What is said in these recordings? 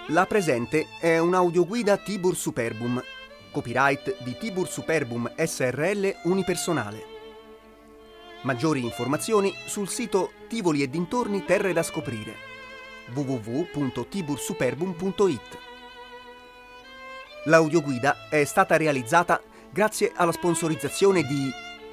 La presente è un'audioguida Tibur Superbum, copyright di Tibur Superbum SRL Unipersonale. Maggiori informazioni sul sito Tivoli e dintorni terre da scoprire www.tibursuperbum.it. L'audioguida è stata realizzata grazie alla sponsorizzazione di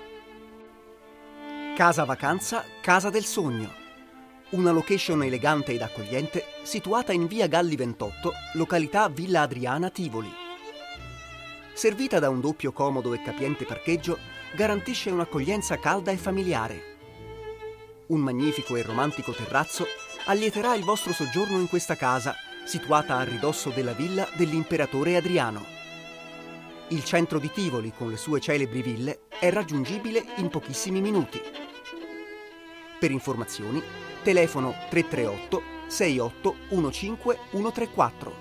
Casa Vacanza Casa del Sogno, una location elegante ed accogliente situata in via Galli 28, località Villa Adriana, Tivoli. Servita da un doppio comodo e capiente parcheggio, garantisce un'accoglienza calda e familiare. Un magnifico e romantico terrazzo allieterà il vostro soggiorno in questa casa, situata a ridosso della villa dell'imperatore Adriano. Il centro di Tivoli, con le sue celebri ville, è raggiungibile in pochissimi minuti. Per informazioni, telefono 338 68 15 134.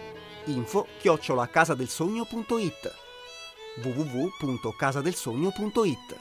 info@casadelsogno.it www.casadelsogno.it.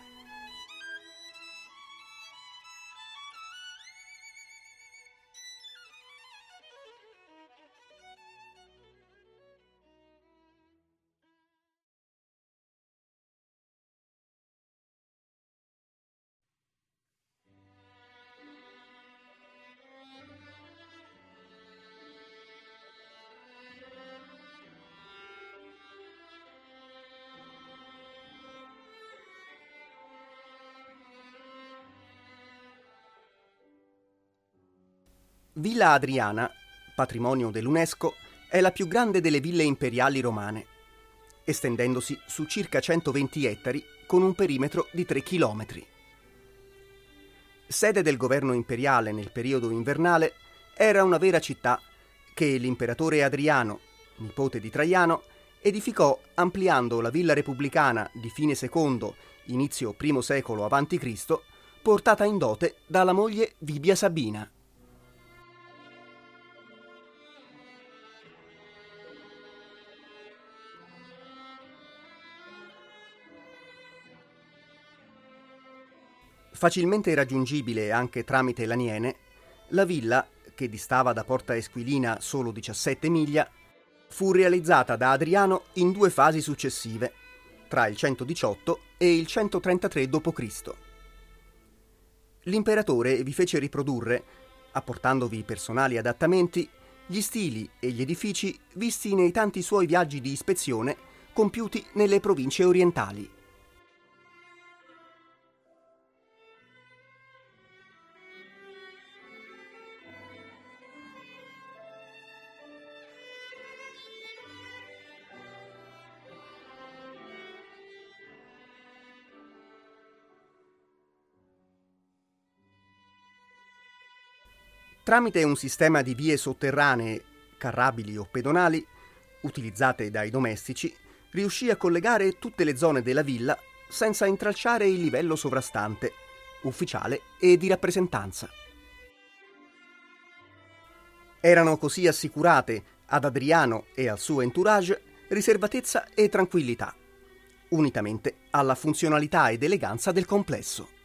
Villa Adriana, patrimonio dell'UNESCO, è la più grande delle ville imperiali romane, estendendosi su circa 120 ettari con un perimetro di 3 chilometri. Sede del governo imperiale nel periodo invernale, era una vera città che l'imperatore Adriano, nipote di Traiano, edificò ampliando la villa repubblicana di fine secondo, inizio I secolo a.C., portata in dote dalla moglie Vibia Sabina. Facilmente raggiungibile anche tramite l'Aniene, la villa, che distava da Porta Esquilina solo 17 miglia, fu realizzata da Adriano in 2 fasi successive, tra il 118 e il 133 d.C. L'imperatore vi fece riprodurre, apportandovi personali adattamenti, gli stili e gli edifici visti nei tanti suoi viaggi di ispezione compiuti nelle province orientali. Tramite un sistema di vie sotterranee, carrabili o pedonali, utilizzate dai domestici, riuscì a collegare tutte le zone della villa senza intralciare il livello sovrastante, ufficiale e di rappresentanza. Erano così assicurate ad Adriano e al suo entourage riservatezza e tranquillità, unitamente alla funzionalità ed eleganza del complesso.